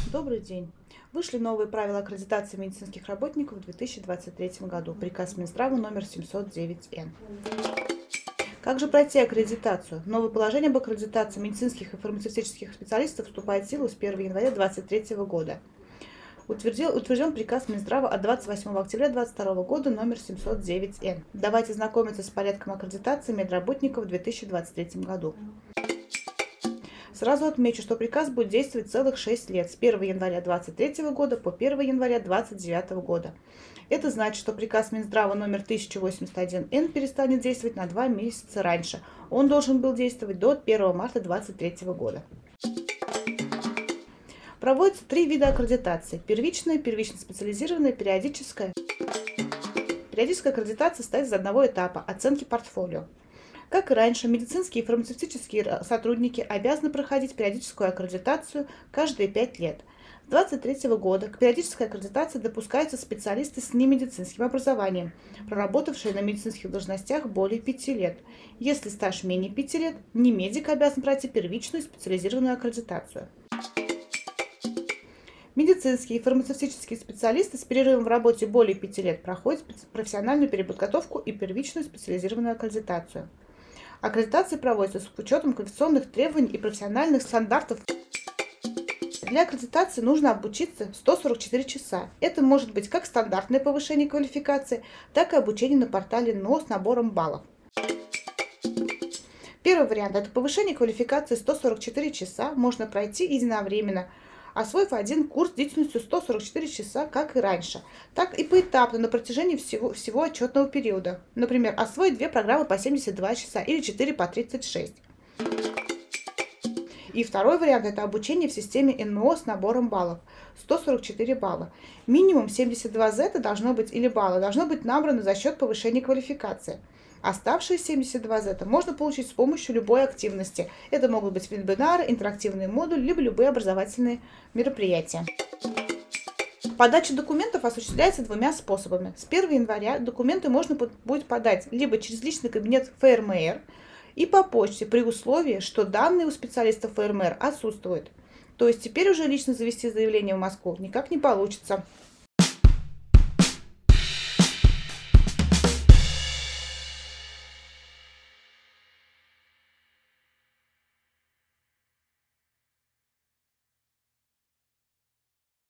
Добрый день. Вышли новые правила аккредитации медицинских работников в 2023 году. Приказ Минздрава номер 709-Н. Как же пройти аккредитацию? Новое положение об аккредитации медицинских и фармацевтических специалистов вступает в силу с 1 января 2023 года. Утвержден приказ Минздрава от 28 октября 2022 года номер 709-Н. Давайте знакомиться с порядком аккредитации медработников в 2023 году. Сразу отмечу, что приказ будет действовать целых 6 лет, с 1 января 2023 года по 1 января 2029 года. Это значит, что приказ Минздрава номер 1081-Н перестанет действовать на 2 месяца раньше. Он должен был действовать до 1 марта 2023 года. Проводятся 3 вида аккредитации: первичная, первично-специализированная, периодическая. Периодическая аккредитация состоит из одного этапа – оценки портфолио. Как и раньше, медицинские и фармацевтические сотрудники обязаны проходить периодическую аккредитацию каждые 5 лет. С 2023 года к периодической аккредитации допускаются специалисты с немедицинским образованием, проработавшие на медицинских должностях более 5 лет. Если стаж менее 5 лет, немедик обязан пройти первичную специализированную аккредитацию. Медицинские и фармацевтические специалисты с перерывом в работе более 5 лет проходят профессиональную переподготовку и первичную специализированную аккредитацию. Аккредитация проводится с учетом квалификационных требований и профессиональных стандартов. Для аккредитации нужно обучиться 144 часа. Это может быть как стандартное повышение квалификации, так и обучение на портале НО с набором баллов. Первый вариант – это повышение квалификации 144 часа, можно пройти единовременно, освоив один курс длительностью 144 часа, как и раньше, так и поэтапно на протяжении всего отчетного периода. Например, освоить 2 программы по 72 часа или 4 по 36. И второй вариант – это обучение в системе НО с набором баллов. 144 балла. Минимум 72 Z должно быть или балла должно быть набрано за счет повышения квалификации. Оставшиеся 72 Z можно получить с помощью любой активности. Это могут быть вебинары, интерактивные модули, либо любые образовательные мероприятия. Подача документов осуществляется 2 способами. С 1 января документы можно будет подать либо через личный кабинет ФРМР и по почте, при условии, что данные у специалистов ФРМР отсутствуют. То есть теперь уже лично завести заявление в Москву никак не получится.